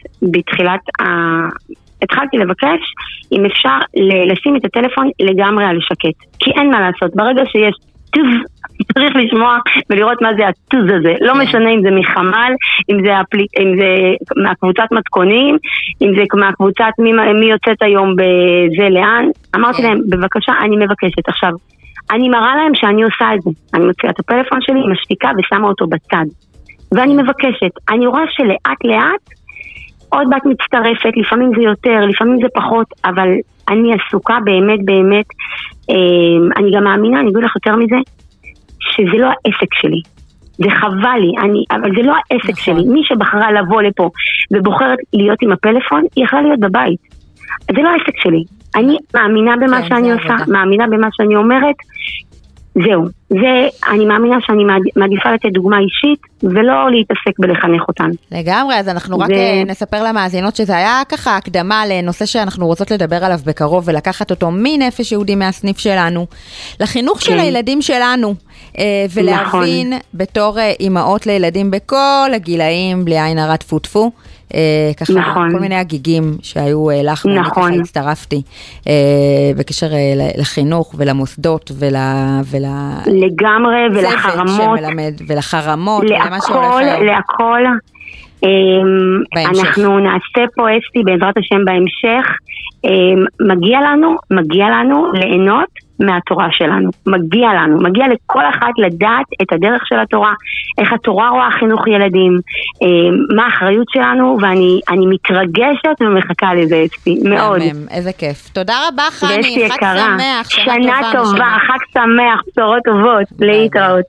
[SPEAKER 6] התחלתי לבקש אם אפשר לשים את הטלפון לגמרי על שקט, כי אין מה לעשות, ברגע שיש טוז, צריך לשמוע ולראות מה זה הטוז הזה, לא משנה אם זה מחמל, אם זה מהקבוצת מתכונים, אם זה מהקבוצת מי יוצאת היום בזה לאן. אמרתי להם, בבקשה, אני מבקשת. עכשיו, אני מראה להם שאני עושה את זה, אני מוציאה את הפלאפון שלי, משתיקה ושמה אותו בצד, ואני מבקשת, אני רואה שלאט לאט עוד בת מצטרפת, לפעמים זה יותר, לפעמים זה פחות, אבל אני עסוקה באמת, אני גם מאמינה, אני אגיד לך יותר מזה, שזה לא העסק שלי, זה חבל לי, אבל זה לא העסק שלי, מי שבחרה לבוא לפה ובוחרת להיות עם הפלאפון, היא יכולה להיות בבית, זה לא העסק שלי, אני מאמינה במה שאני עושה, מאמינה במה שאני אומרת, זהו, אני מאמינה שאני מעדיפה לתת דוגמה אישית, ולא להתעסק בלחנך אותן.
[SPEAKER 2] לגמרי, אז אנחנו רק נספר למאזינות שזה היה ככה הקדמה לנושא שאנחנו רוצות לדבר עליו בקרוב, ולקחת אותו מנפש יהודי מהסניף שלנו, לחינוך של הילדים שלנו, ולהבין בתור אימהות לילדים בכל הגילאים, בלי עין הרע טפו, ככה כל מיני הגיגים שהיו לך, ואני ככה הצטרפתי בקשר לחינוך ולמוסדות
[SPEAKER 6] לגמרי, ולחרמות
[SPEAKER 2] ולחרמות
[SPEAKER 6] להכל. אנחנו נעשה פה אסתי בעזרת השם בהמשך. מגיע לנו ליהנות מהתורה שלנו. מגיע לנו, מגיע לכל אחת לדעת את הדרך של התורה, איך התורה רואה חינוך ילדים, מה האחריות שלנו, ואני מתרגשת ומחכה לזה אסתי, מאוד.
[SPEAKER 2] איזה כיף. תודה רבה חני, חג שמח,
[SPEAKER 6] שנה טובה, חג שמח, בשורות טובות, להתראות.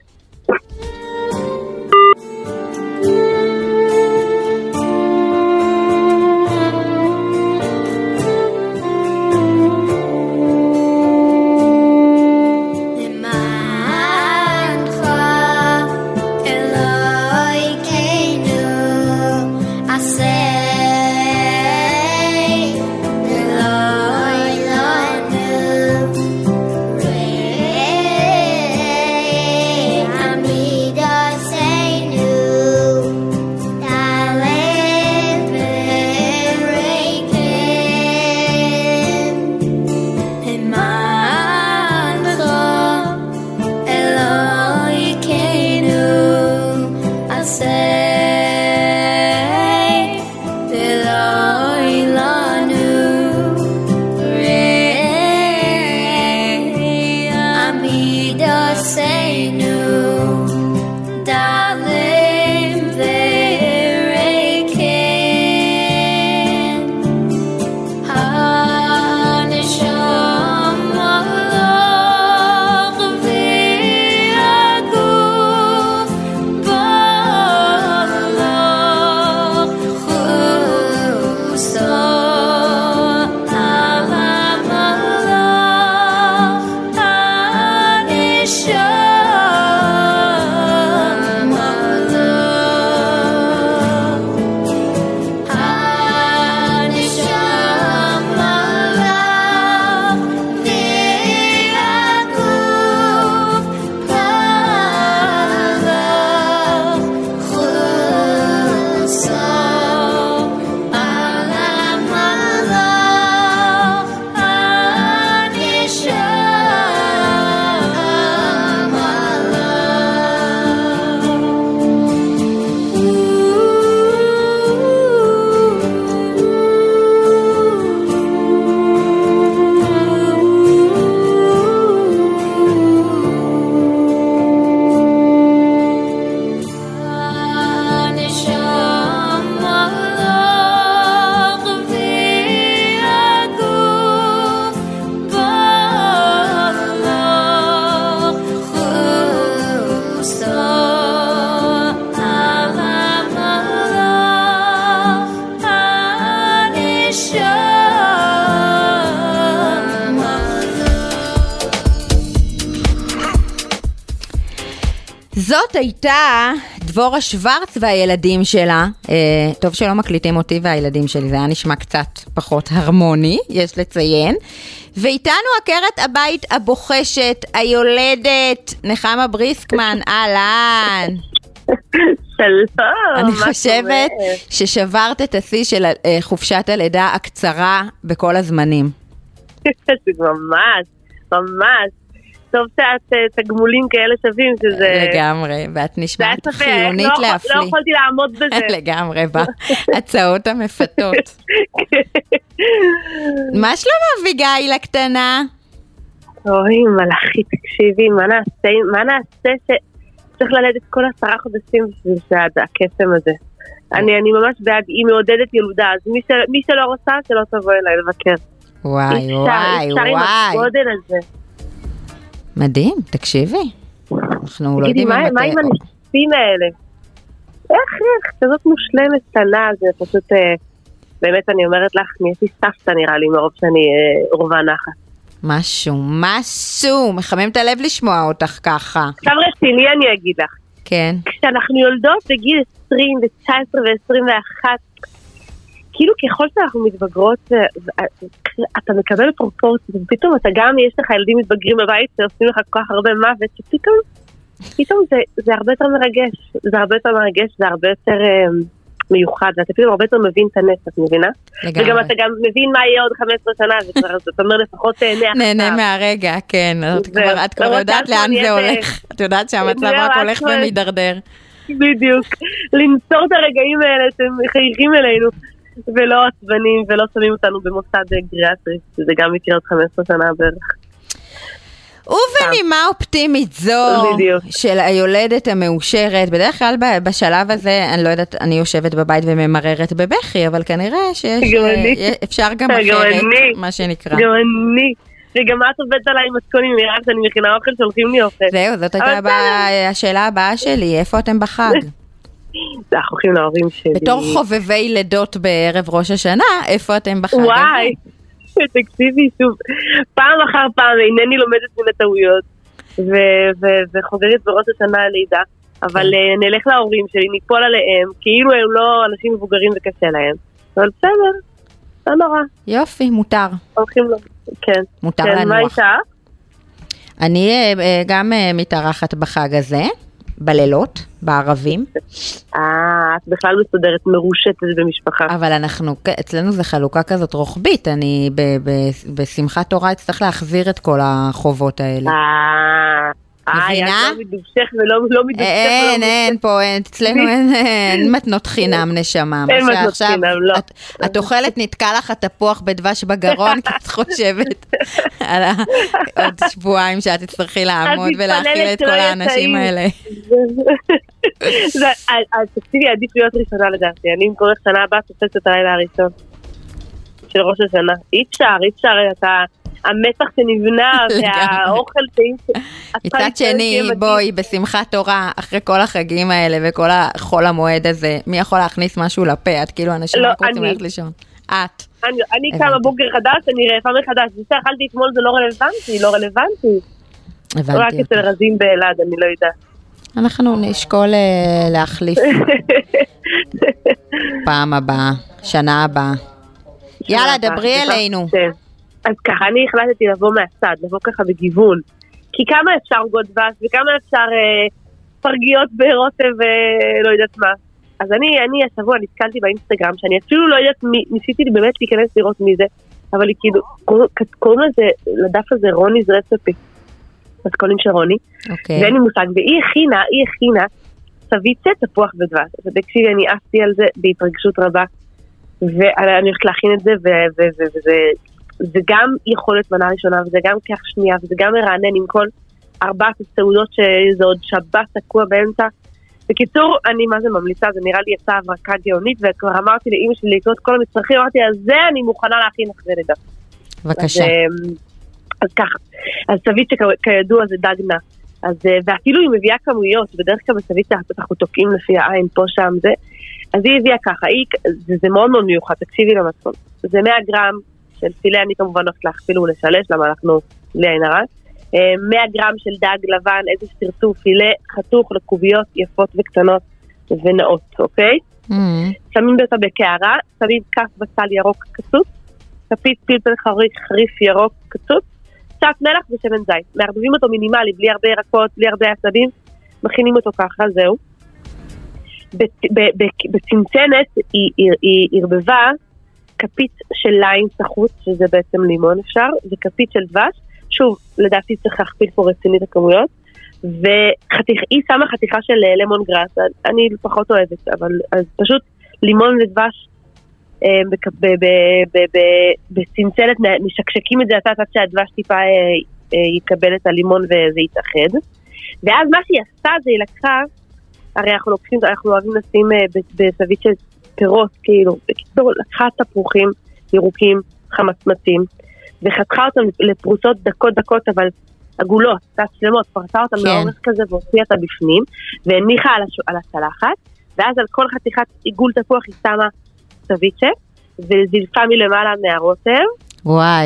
[SPEAKER 2] זאת הייתה דבורה שוורץ והילדים שלה. טוב שלא מקליטים אותי והילדים שלי, זה היה נשמע קצת פחות הרמוני, יש לציין. ואיתנו עקרת הבית הבוחשת, היולדת, נחמה בריסקמן, אהלן.
[SPEAKER 7] שלום.
[SPEAKER 2] אני חושבת ששברת את השיא של חופשת הלידה הקצרה בכל הזמנים.
[SPEAKER 7] זה ממש, ממש. טוב שאת תגמולים כאלה שווים, שזה...
[SPEAKER 2] לגמרי, ואת נשמעת חיונית להפליא.
[SPEAKER 7] לא יכולתי לעמוד בזה.
[SPEAKER 2] לגמרי, בהצעות המפתות. מה שלום אביגיל הקטנה?
[SPEAKER 7] אוי, מלאכי, תקשיבי, מה נעשה שצריך ללדת כל 10 חודשים בשביל שהקסם הזה. אני ממש בעד, היא מעודדת ילודה, אז מי שלא רוצה, שלא תבוא אליי לבקר.
[SPEAKER 2] וואי, וואי,
[SPEAKER 7] אפשר עם הגודל הזה.
[SPEAKER 2] מדהים, תקשיבי. אנחנו לא יודעים
[SPEAKER 7] מה עם הניסים האלה? איך, כזאת מושלמת קטנה, זה פשוט, באמת אני אומרת לך, נהייתי סבתא נראה לי, מרוב שאני רובה נחת.
[SPEAKER 2] משהו, מחמם את הלב לשמוע אותך ככה.
[SPEAKER 7] עכשיו רציני אני אגיד לך.
[SPEAKER 2] כן.
[SPEAKER 7] כשאנחנו יולדות בגיל 20 ו-19 ו-21, כאילו ככל שאנחנו מתבגרות, אתה מקבל פרופורציות, ופתאום אתה גם, יש לך ילדים מתבגרים בבית, שעושים לך כל כך הרבה מוות, שפתאום זה הרבה יותר מרגש, זה הרבה יותר מיוחד, ואתה פתאום הרבה יותר מבין את הנס, את מבינה? וגם אתה גם מבין מה יהיה עוד 15 שנה, זאת אומרת לפחות
[SPEAKER 2] נהנה מהרגע, כן, את כבר יודעת לאן זה הולך, את יודעת שהמצב רק הולך ומדרדר.
[SPEAKER 7] בדיוק, לנצור את הרגעים האלה, שהם חייכים אלינו, ולא עצבנים, ולא שמים אותנו במוסד גריאטרי, שזה גם יקרה עוד 15 שנה בערך.
[SPEAKER 2] ובנימה אופטימית זו של היולדת המאושרת, בדרך כלל בשלב הזה, אני לא יודעת, אני יושבת בבית וממררת בבכי, אבל כנראה שאפשר גם אחרת, מה שנקרא.
[SPEAKER 7] גם אני. וגם את עובדת עליי עם מתכונים, נראה שאני מכינה אוכל שהולכים לי אוכל.
[SPEAKER 2] זהו, זאת הייתה השאלה הבאה שלי, איפה אתם בחג?
[SPEAKER 7] אנחנו הולכים להורים שלי.
[SPEAKER 2] בתור חובבי לידות בערב ראש השנה, איפה אתם בחג?
[SPEAKER 7] וואי, תקשיבי שוב. פעם אחר פעם אינני לומדת מן הטעויות, וחוגגת בראש השנה הלידה, אבל נלך להורים שלי, ניפול עליהם, כאילו הם לא אנשים מבוגרים וקשה להם. אבל בסדר, לא נורא.
[SPEAKER 2] יופי, מותר.
[SPEAKER 7] הולכים לו, כן.
[SPEAKER 2] מותר
[SPEAKER 7] לנוח. מה איתה?
[SPEAKER 2] אני גם מתארחת בחג הזה. בלילות, בערבים.
[SPEAKER 7] את בכלל מסודרת מרושטת במשפחה.
[SPEAKER 2] אבל אצלנו זה חלוקה כזאת רוחבית, אני בשמחת תורה אצטרך להחזיר את כל החובות האלה. מבינה?
[SPEAKER 7] לא מדובשך ולא מדובשך.
[SPEAKER 2] אין, פה, אצלנו אין מתנות חינם נשמה.
[SPEAKER 7] אין מתנות חינם, לא.
[SPEAKER 2] את אוכלת נתקע לך התפוח בדבש בגרון, כי את חושבת על עוד שבועיים שאת תצטרכי לעמוד ולהכיל את כל האנשים האלה.
[SPEAKER 7] אז תקשיבי, עדיף להיות ראשונה לדעתי. אני עם כל שנה הבאה תופסת את הלילה הראשון של ראש השנה. אי אפשר, אתה... המתח שנבנה והאוכל
[SPEAKER 2] מצד שני, בואי, בשמחת תורה, אחרי כל החגים האלה וכל החול המועד הזה, מי יכול להכניס משהו לפה? את כאילו אנשים רק רוצים ללכת לישון. את.
[SPEAKER 7] אני קמה בוקר חדש, אני רעפה מחדש. זה שאכלתי אתמול זה לא רלוונטי. רק אצל רזים באלעד, אני לא יודעת.
[SPEAKER 2] אנחנו נשקול להחליף פעם הבאה, שנה הבאה. יאללה, דברי אלינו.
[SPEAKER 7] אז ככה, אני החלטתי לבוא מהצד, לבוא ככה בגיוון. כי כמה אפשר עוגות דבש, וכמה אפשר פרגיות ברוטב ולא יודעת מה. אז אני השבוע נתקלתי באינסטגרם, שאני אפילו לא יודעת ניסיתי באמת להיכנס לראות מי זה, אבל היא כאילו, קוראים לזה, לדף הזה רוני's recipe. אז קוראים של רוני. ואין לי מושג, והיא הכינה סביצה תפוח ודבש. אז תקשיבי, אני עפתי על זה בהתרגשות רבה, ואני הולכת להכין את זה, וזה גם יכולת מנה ראשונה, וזה גם כך שנייה, וזה גם מרענן עם כל 4 הסעודות שזה עוד שבת תקוע באמצע. בקיצור, אני מה זה ממליצה, זה נראה לי יצאה הברקה גאונית, וכבר אמרתי לאמא שלי לקנות כל המצרכים, אמרתי, אז זה אני מוכנה להכין אחרי לידה.
[SPEAKER 2] בבקשה.
[SPEAKER 7] אז ככה, אז סביט שכידוע זה דג נע, ואפילו היא מביאה כמויות, בדרך כלל בסביט אנחנו תוקעים לפי העין פה שם זה, אז היא הביאה ככה, זה מאוד מאוד מיוחד, תקשיבי למצפון, זה 100 גרם של פילה, אני כמובן הולכת להכפיל ולשלש, למה אנחנו בלי עין הרע, 100 גרם של דג לבן, איזה שתרצו, פילה חתוך לקוביות יפות וקטנות ונאות, אוקיי? שמים אותה בקערה, שמים כף בצל ירוק קצוץ, כפית פלפל חריף ירוק קצוץ, קצת מלח ושמן זית. מערבבים אותו מינימלי, בלי הרבה ירקות, בלי הרבה עצבים, מכינים אותו ככה, זהו. בצנצנת היא ערבבה כפית של ליין סחוץ, שזה בעצם לימון אפשר, וכפית של דבש, שוב, לדעתי צריך להכפיל פה רצינית הכמויות, והיא שמה חתיכה של למון גראס, אני פחות אוהבת, אבל אז פשוט לימון ודבש, בצנצנת משקשקים את זה עד שהדבש טיפה יקבל את הלימון וזה יתאחד, ואז מה שהיא עשתה זה היא לקחה, הרי אנחנו אוהבים לשים בסביט של פירות, כאילו, בקיצור לקחה תפוחים ירוקים חמצמצים, וחתכה אותם לפרוסות דקות, אבל עגולות, שלמות, פרסה אותם לאורך כזה והוציאה אותה בפנים, והניחה על הצלחת, ואז על כל חתיכת עיגול תפוח היא שמה סביצ'ה, וזילפה מלמעלה מהרוטב.
[SPEAKER 2] וואי.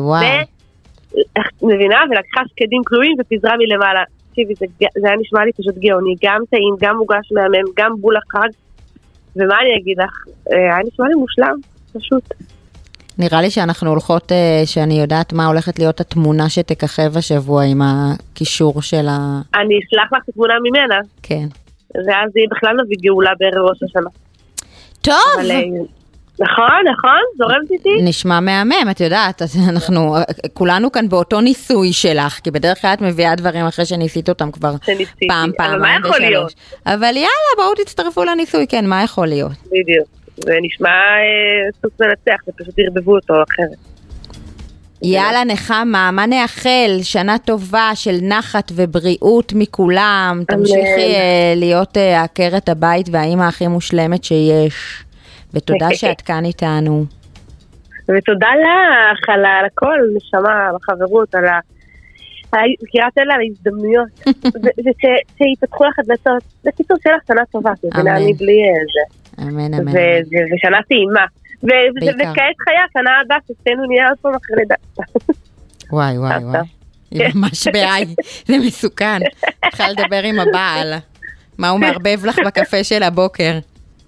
[SPEAKER 7] מבינה? ולקחה שקדים כלואים ופיזרה מלמעלה. תקשיבי, זה היה נשמע לי פשוט גאוני, גם טעים, גם מוגש מהמם, גם בול החג, ומה אני אגיד לך? היה נשמע לי מושלם, פשוט.
[SPEAKER 2] נראה לי שאנחנו הולכות, שאני יודעת מה הולכת להיות התמונה שתככב השבוע עם הקישור של ה...
[SPEAKER 7] אני אשלח לך את התמונה ממנה.
[SPEAKER 2] כן.
[SPEAKER 7] ואז היא בכלל נביא גאולה בערב ראש השנה.
[SPEAKER 2] טוב!
[SPEAKER 7] אבל, נכון, זורמת איתי.
[SPEAKER 2] נשמע מהמם, את יודעת, אנחנו כולנו כאן באותו ניסוי שלך, כי בדרך כלל את מביאה דברים אחרי שניסית אותם כבר פעם,
[SPEAKER 7] אבל מה יכול להיות?
[SPEAKER 2] אבל יאללה, בואו תצטרפו לניסוי, כן, מה יכול להיות?
[SPEAKER 7] בדיוק, זה נשמע סוס מנצח, זה פשוט ירבבו אותו אחרת.
[SPEAKER 2] יאללה נחמה, מה נאחל? שנה טובה של נחת ובריאות מכולם. תמשיכי להיות עקרת הבית והאימא הכי מושלמת שיש. ותודה שאת כאן איתנו.
[SPEAKER 7] ותודה לך על הכל, נשמה, על החברות, על סגירת אלה, על ההזדמנויות. ושיפתחו לך הדלתות. זה קיצור שלך שנה טובה, אני בלי זה.
[SPEAKER 2] אמן, אמן.
[SPEAKER 7] ושנה טעימה. וכעת חיה, שנה הבאה, שתינו נהיה עוד פעם אחרי לידה.
[SPEAKER 2] וואי, וואי, וואי. היא ממש בעי, זה מסוכן. התחל לדבר עם הבעל. מה הוא מערבב לך בקפה של הבוקר?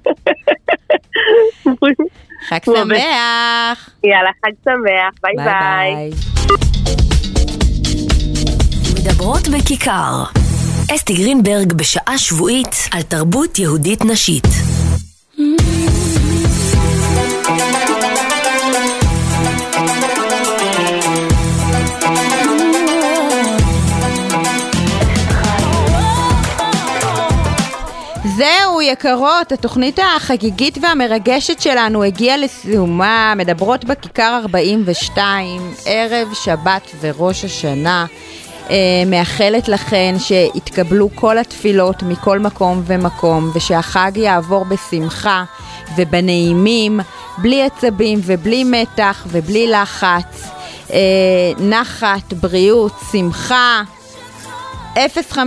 [SPEAKER 2] חג שמח.
[SPEAKER 7] יאללה, חג שמח. ביי ביי.
[SPEAKER 3] מדברות בכיכר. אסתי גרינברג בשעה שבועית על תרבות יהודית נשית.
[SPEAKER 2] זהו יקרות, התוכנית החגיגית והמרגשת שלנו הגיעה לסיומה. מדברות בכיכר 42, ערב שבת וראש השנה. מאחלת לכן שיתקבלו כל התפילות מכל מקום ומקום, ושהחג יעבור בשמחה ובנעימים, בלי עצבים ובלי מתח ובלי לחץ. נחת, בריאות, שמחה. 0537-443-443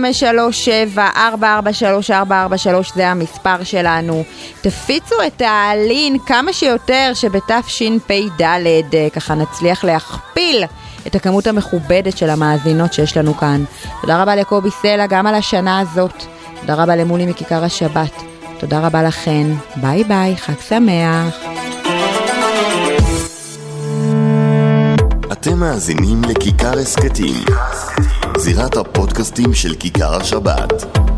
[SPEAKER 2] זה המספר שלנו. תפיצו את הלינק כמה שיותר, שבתשפ"ד ככה נצליח להכפיל את הכמות המכובדת של המאזינות שיש לנו כאן. תודה רבה לקובי סלע גם על השנה הזאת. תודה רבה למולי מכיכר השבת. תודה רבה לכן. ביי ביי, חג שמח.
[SPEAKER 1] אתם מאזינים לכיכר הסקטים, זירת הפודקאסטים של כיכר השבת.